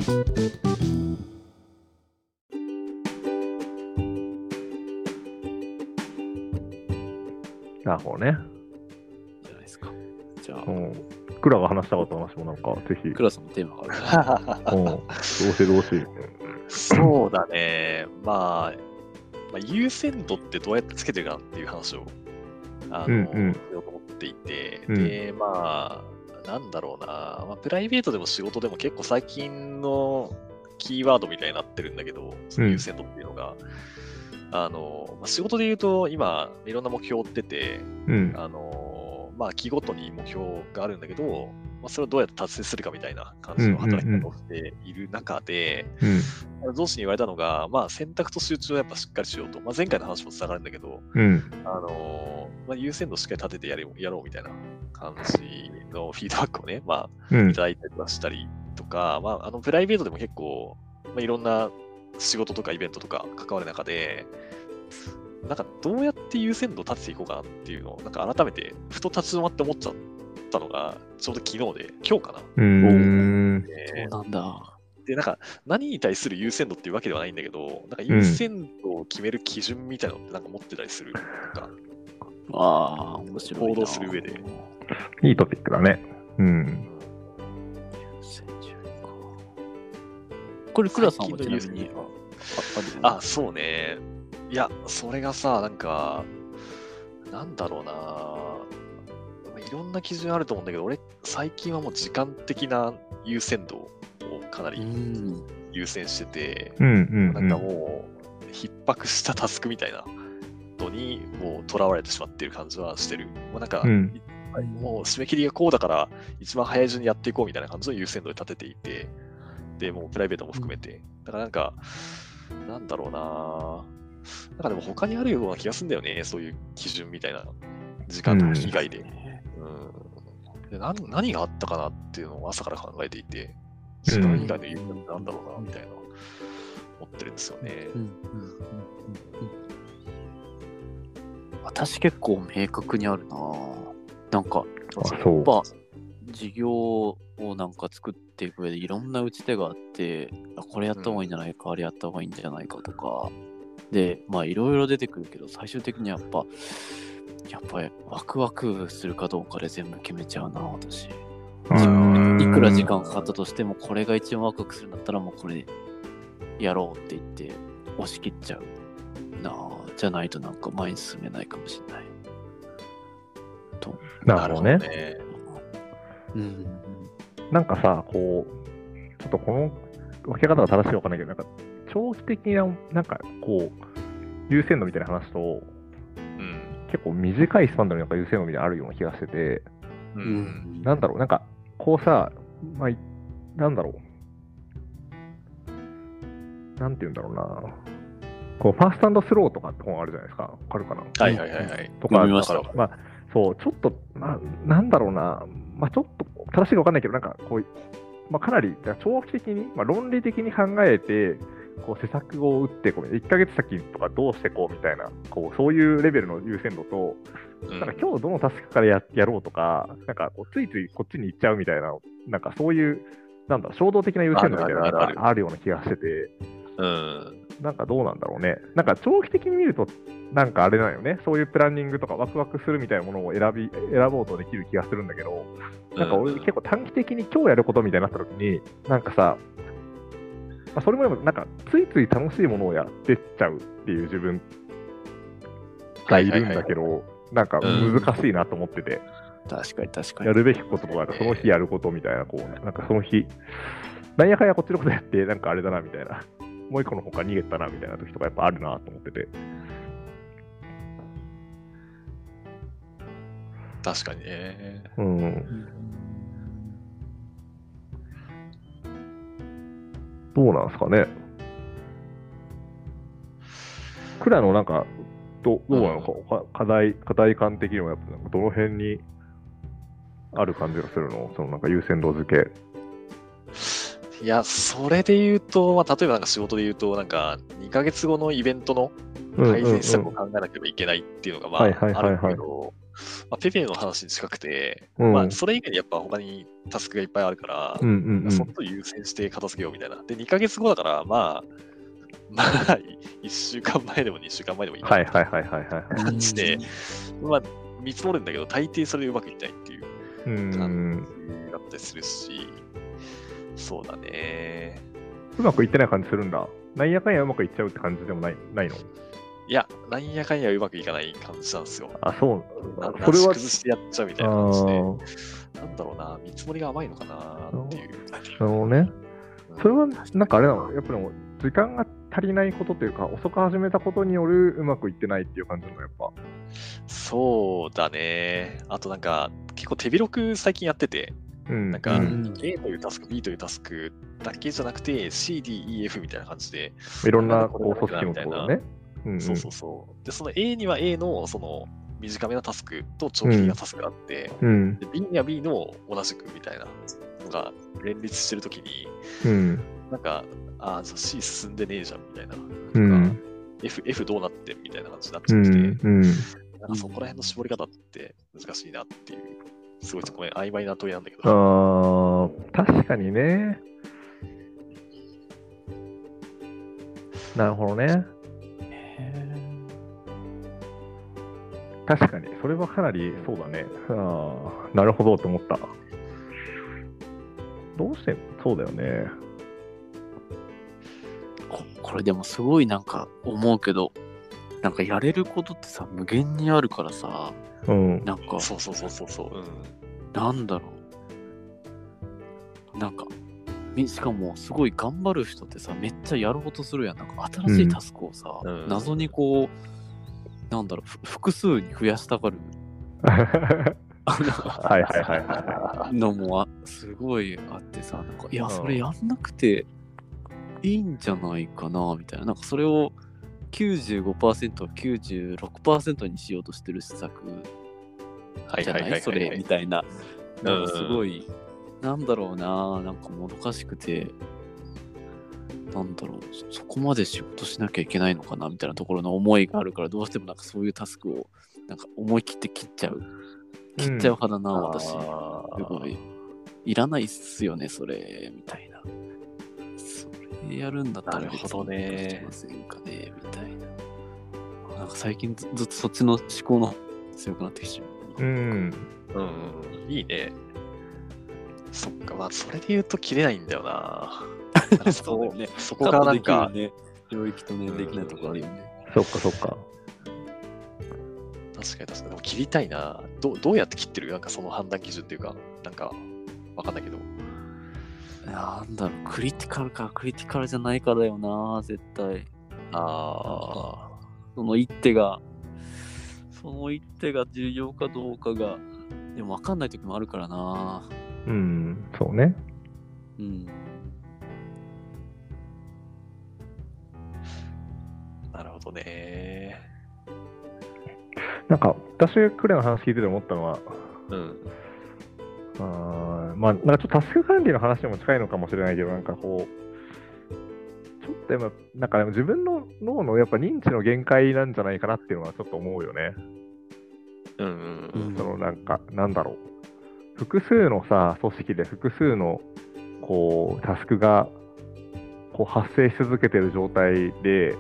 なるほどね。 じゃないですか。じゃあ、 クラが話したかった話もなんか、ぜひ。 クラスのテーマがある。 どうせどうし。 そうだね。まあ、優先度ってどうやってつけてるかなっていう話を、しようと思っていて、で、なんだろうな、プライベートでも仕事でも結構最近のキーワードみたいになってるんだけど、その優先度っていうのが、仕事で言うと今いろんな目標を追ってて、期ごとに目標があるんだけど、それをどうやって達成するかみたいな感じの働き方をしている中で、上司に言われたのが、選択と集中をやっぱしっかりしようと。前回の話もつながるんだけど、優先度をしっかり立ててやろうみたいな感じのフィードバックをね、いただいたりとかしたりとか、プライベートでも結構、いろんな仕事とかイベントとか関わる中で、なんかどうやって優先度を立てていこうかなっていうのを、なんか改めてふと立ち止まって思っちゃったのが、ちょうど昨日で、今日かな。 そうなんだ。 で、なんか何に対する優先度っていうわけではないんだけど、なんか優先度を決める基準みたいなのってなんか持ってたりするとか、 面白いな。 行動する上で。 いいトピックだね。 これ、クラさんはちなみにそうね。いや、それがさ、なんか、なんだろうな。いろんな基準あると思うんだけど、俺、最近はもう時間的な優先度をかなり優先してて、なんかもう、逼迫したタスクみたいなのに、もう囚われてしまっている感じはしてる。もうなんか、もう締め切りがこうだから、一番早い順にやっていこうみたいな感じの優先度で立てていて、で、もうプライベートも含めて。だからなんか、なんだろうな。なんかでも他にあるような気がするんだよね、そういう基準みたいな、時間以外で。で何があったかなっていうのを朝から考えていて、時間以外の優先ってなんだろうな、みたいな、思ってるんですよね。 私結構明確にあるな。なんか、やっぱ事業をなんか作っていく上でいろんな打ち手があって、これやった方がいいんじゃないか、あれやった方がいいんじゃないかとか、で、いろいろ出てくるけど、最終的にやっぱりワクワクするかどうかで全部決めちゃうな、私。いくら時間かかったとしても、これが一番ワクワクするんだったら、もうこれやろうって言って押し切っちゃうな。じゃないとなんか前に進めないかもしれない。 なるほどね。なんかさ、ちょっとこの分け方が正しいのかわかんないけど、なんか長期的な、なんか優先度みたいな話と、結構短いスパンでの優先度みたいなのあるような気がしてて、なんだろう、なんか、なんだろう。なんて言うんだろうな。ファースト&スローとかって本あるじゃないですか。わかるかな？とか、そう、ちょっと、なんだろうな。ちょっと正しいかわかんないけど、なんかかなり長期的に、論理的に考えて、施策を打って1ヶ月先とかどうしてみたいな、そういうレベルの優先度と、なんか今日どのタスクからやろうとか、なんかついついこっちに行っちゃうみたいな、なんかそういう、衝動的な優先度みたいなのがあるような気がしてて、なんかどうなんだろうね。なんか長期的に見ると、なんかあれだよね、そういうプランニングとかワクワクするみたいなものを選ぼうとできる気がするんだけど、なんか俺結構短期的に今日やることみたいになった時に、なんかさ、それもでもなんかついつい楽しいものをやってっちゃうっていう自分がいるんだけど、なんか難しいなと思ってて、 確かにやるべきこととか、その日やることみたいな、なんかその日、なんやかんやこっちのことやって、なんかあれだなみたいな、もう一個の方から逃げたなみたいな時とかやっぱあるなと思ってて。 確かにね。 どうなんですかね。クラのなんかどうなのか、課題感的にはやっぱどの辺にある感じがするの？そのなんか優先度付け。 いや、それで言うと、例えばなんか仕事で言うと、なんか2ヶ月後のイベントの改善策を考えなければいけないっていうのがあるんだけど、 まあ、ペペの話に近くて、 うんまあ、それ以外にやっぱ他にタスクがいっぱいあるから、 うんうんうん。 そっと優先して片付けようみたいな。で、2ヶ月後だから、まあ、1週間前でも2週間前でもいいはいはいはいはいはい。 感じで、まあ、見積もるんだけど、大抵それでうまくいってないっていう感じだったりするし、そうだね。 うまくいってない感じするんだ。なんやかんやうまくいっちゃうって感じでもないの？ いや、なんやかんやうまくいかない感じなんですよ。 あ、そう。 それは崩してやっちゃうみたいな感じで、なんだろうな、見積もりが甘いのかなっていう。 なるほどね。それはなんかあれなの？やっぱり時間が足りないことというか、遅く始めたことによるうまくいってないっていう感じなの、やっぱ。 そうだね。あとなんか、結構手広く最近やってて、なんか、A というタスク、B というタスクだけじゃなくて、C、D、E、F みたいな感じで、 いろんな組織のところね。 そうそうそう。で、その A には A のその短めなタスクと長期的なタスクがあって、で B には B の同じくみたいなのが連立してるときに、なんか、じゃあ C 進んでねえじゃんみたいな。とか、F どうなってみたいな感じになっちゃってて、なんかそこら辺の絞り方って難しいなっていう、すごいごめん、曖昧な問いなんだけど。 確かにね。なるほどね。確かに、それはかなりそうだね。なるほどと思った。どうしてそうだよね。 これでもすごいなんか思うけど、なんかやれることってさ、無限にあるからさ、なんか、 そう、 なんだろう。なんか、しかもすごい頑張る人ってさ、めっちゃやろうとするやん。なんか新しいタスクをさ、謎にこう、なんだろう、複数に増やしたがる。のもすごいあってさ、なんかいや、それやんなくていいんじゃないかなみたいな。なんかそれを 95%、96% にしようとしてる施策じゃないそれみたいな。なんかすごい、なんだろうな、なんかもどかしくて、なんだろう、そこまで仕事しなきゃいけないのかなみたいなところの思いがあるから、どうしてもなんかそういうタスクをなんか思い切って切っちゃう派だな、私。すごい。いらないっすよね、それ、みたいな。それやるんだったら別にしてませんかね、みたいな。なんか最近ずっとそっちの思考の強くなってきちゃう。 いいね。そっか、まあ、それで言うと切れないんだよな。 そうだよね。 そこがなんか、 領域とね、できないとこあるよね。 そっか。確かに。でも切りたいな。どうやって切ってる？なんかその判断基準っていうか、なんか、わかんないけど。 なんだろう、クリティカルか、クリティカルじゃないかだよな、絶対。その一手が重要かどうかが、でもわかんない時もあるからな。 そうね。 なるほどね。 なんか、私がクレの話聞いてて思ったのは、まあ、なんかちょっとタスク管理の話にも近いのかもしれないけど、なんかこう、ちょっと今、なんか自分の脳のやっぱ認知の限界なんじゃないかなっていうのはちょっと思うよね。そのなんか、なんだろう。複数のさ、組織で複数のこうタスクがこう発生し続けてる状態で、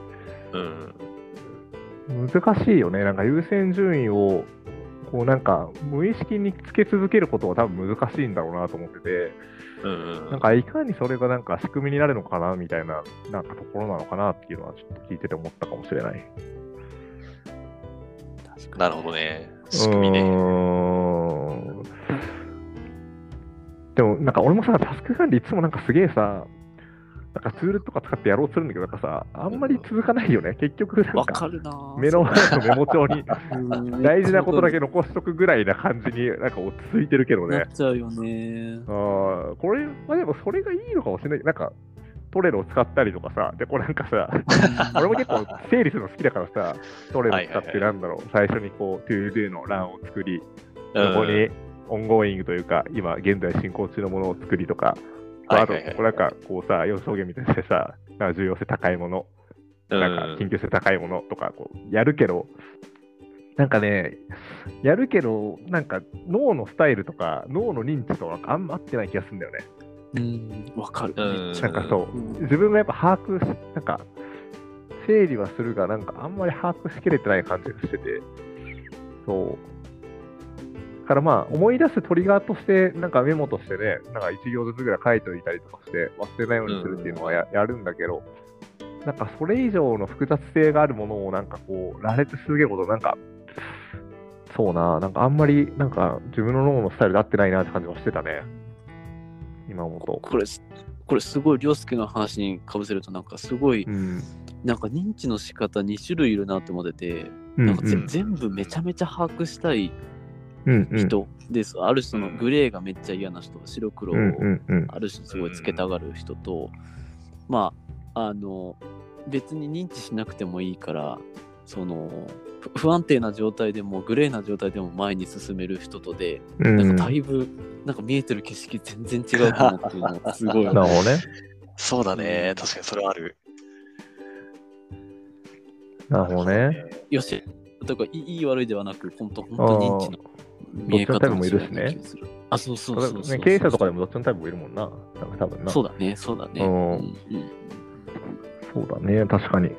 難しいよね。なんか優先順位をこうなんか無意識につけ続けることは多分難しいんだろうなと思ってて、なんかいかにそれがなんか仕組みになるのかなみたいななんかところなのかなっていうのはちょっと聞いてて思ったかもしれない。 なるほどね。仕組みね。 でもなんか俺もさ、タスク管理いつもなんかすげえさ、なんかツールとか使ってやろうとするんだけど、なんかさ、あんまり続かないよね。結局なんか目の前のメモ帳に大事なことだけ残しとくぐらいな感じになんか落ち着いてるけどね。 なっちゃうよね。 これ、まあでもそれがいいのかもしれない。なんかトレロを使ったりとかさ、で、これなんかさ、俺も結構整理するの好きだからさ、トレロ使ってなんだろう、最初にこう、to do の欄を作り、そこにオンゴーイングというか、今現在進行中のものを作りとか、あと、こうなんかこうさ、要素表現みたいなさ、なんか重要性高いもの、なんか緊急性高いものとかこうやるけど、 なんかね、やるけど、なんか脳のスタイルとか、脳の認知となんかあんま合ってない気がするんだよね。 わかる。 なんかそう、自分がやっぱ把握し、なんか、整理はするが、なんかあんまり把握しきれてない感じがしてて、そう。だからまあ、思い出すトリガーとして、なんかメモとしてね、なんか1行ずつぐらい書いておいたりとかして、忘れないようにするっていうのはやるんだけど、なんかそれ以上の複雑性があるものをなんかこう、羅列し続けること、なんか、そうな、なんかあんまりなんか自分の脳のスタイルで合ってないなって感じはしてたね。今思うと。 これすごい凌介の話にかぶせるとなんかすごい、なんか認知の仕方2種類いるなって思ってて、なんか全部めちゃめちゃ把握したい人です。ある種のグレーがめっちゃ嫌な人、白黒をある種すごいつけたがる人と、まあ別に認知しなくてもいいから、その不安定な状態でもグレーな状態でも前に進める人とで、なんかだいぶなんか見えてる景色全然違うと思ってるのすごい。 なるほどね。 そうだね、確かにそれはある。 なるほどね。 よし、だからいい悪いではなく、本当認知の見え方もいるしね。 そう。 経営者とかでもどっちのタイプもいるもんな。多分な。 そうだね。そうだね、確かに。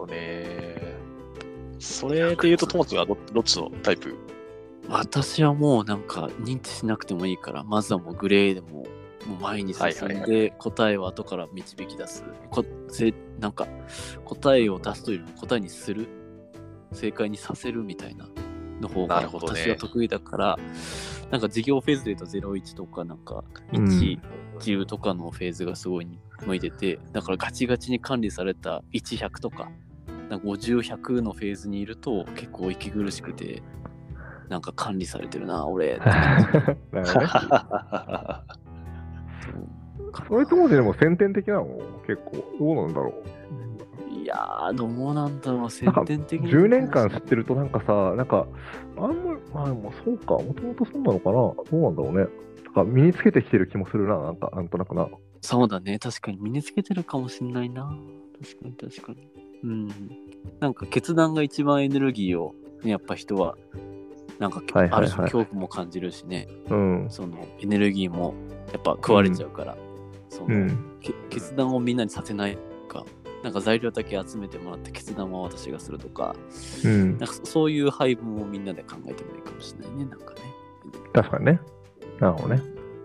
それで言うと、友達はどっちのタイプ？ 私はもうなんか認知しなくてもいいから、まずはもうグレーでも前に進んで、答えを後から導き出す。なんか答えを出すというよりも答えにする、正解にさせるみたいなの方が私は得意だから、なんか事業フェーズで言うと01とかなんか1、10とかのフェーズがすごい向いてて、だからガチガチに管理された1、100とか、なんか50、100のフェーズにいると結構息苦しくて、なんか管理されてるな、俺。 それともでも先天的なの結構どうなんだろう。いやー、どうなんだろう、先天的に。 10年間知ってるとなんかさ、なんかあんまり、もうそうか、もともとそうなのかな、どうなんだろうね。なんか身につけてきてる気もするな、なんとなくな。 そうだね、確かに身につけてるかもしんないな。確かに。なんか決断が一番エネルギーを、ね、やっぱ人はなんかある種恐怖も感じるしね、そのエネルギーもやっぱ食われちゃうから、その決断をみんなにさせないか、なんか材料だけ集めてもらって決断は私がするとか、なんかそういう配分をみんなで考えてもいいかもしれないね、なんかね。 確かにね。なるほどね。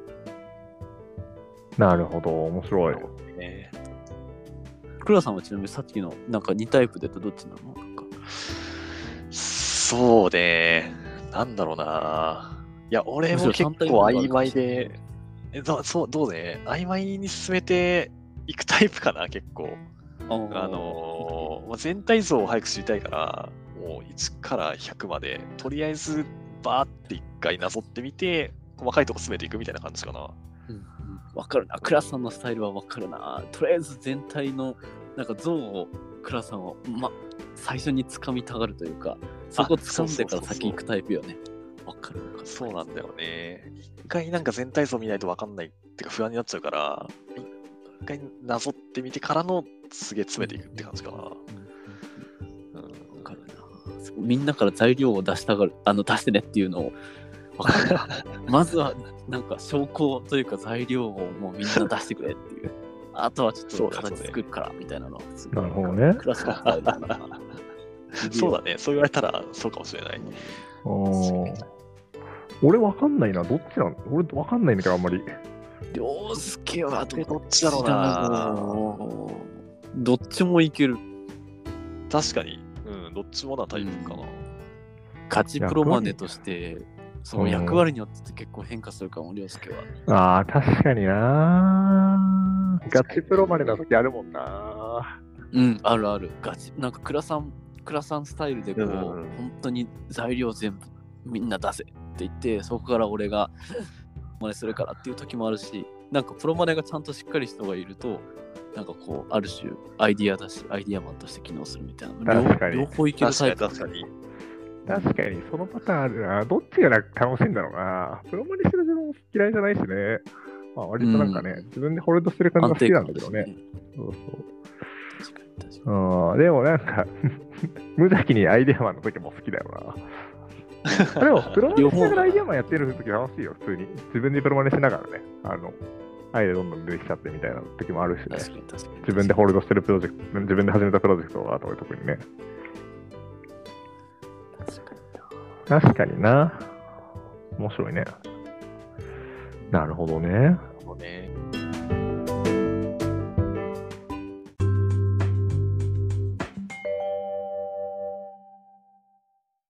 なるほど、面白い。 クラさんはちなみにさっきのなんか2タイプでどっちなの？なんかそうね、なんだろうな。いや、俺も結構曖昧で、どうね、曖昧に進めていくタイプかな、結構。全体像を早く知りたいから、もう1から100まで、とりあえずバーって一回なぞってみて、細かいとこ進めていくみたいな感じかな。 わかるな。クラさんのスタイルはわかるな。とりあえず全体のなんか像をクラさんは、最初に掴みたがるというか、そこ掴んでから先行くタイプよね。わかる。 そうなんだよね。一回なんか全体像見ないとわかんないっていうか不安になっちゃうから、一回なぞってみてからのすげえ詰めていくって感じかな。わかるな。みんなから材料を出したがる、出してねっていうのをわかるな。まずはなんか証拠というか材料をもうみんな出してくれっていう。あとはちょっと形作るからみたいなのはなるほどね。 クラスのスタイルだな。 そうだね。そう言われたらそうかもしれない。 俺わかんないな。どっちなの？俺わかんないんだけどあんまり。 凌介はどっちだろうな。 どっちもいける。 確かに。どっちもなタイプかな。 ガチプロマネとして、その役割によって結構変化するかも、凌介は。 確かにな。ガチプロマネの時あるもんな。 あるある。ガチ、なんかクラさんスタイルでこう、本当に材料全部みんな出せって言って、そこから俺が真似するからっていう時もあるし、なんかプロマネがちゃんとしっかり人がいると、なんかこう、ある種アイディアだし、アイディアマンとして機能するみたいな。両方いけるタイプ。 確かに、 そのパターンあるな。どっちが楽しいんだろうな。プロマネしてる自分も嫌いじゃないしね。割となんかね、自分でホールドしてる感じが好きなんだけどね。そう。 でもなんか、無邪気にアイデアマンの時も好きだよな。でも、プロマネしながらアイデアマンやってる時楽しいよ、普通に。自分でプロマネしながらね、アイデアどんどん出てきちゃってみたいな時もあるしね。自分でホールドしてるプロジェクト、自分で始めたプロジェクトは特にね。確かにな。面白いね。なるほどね。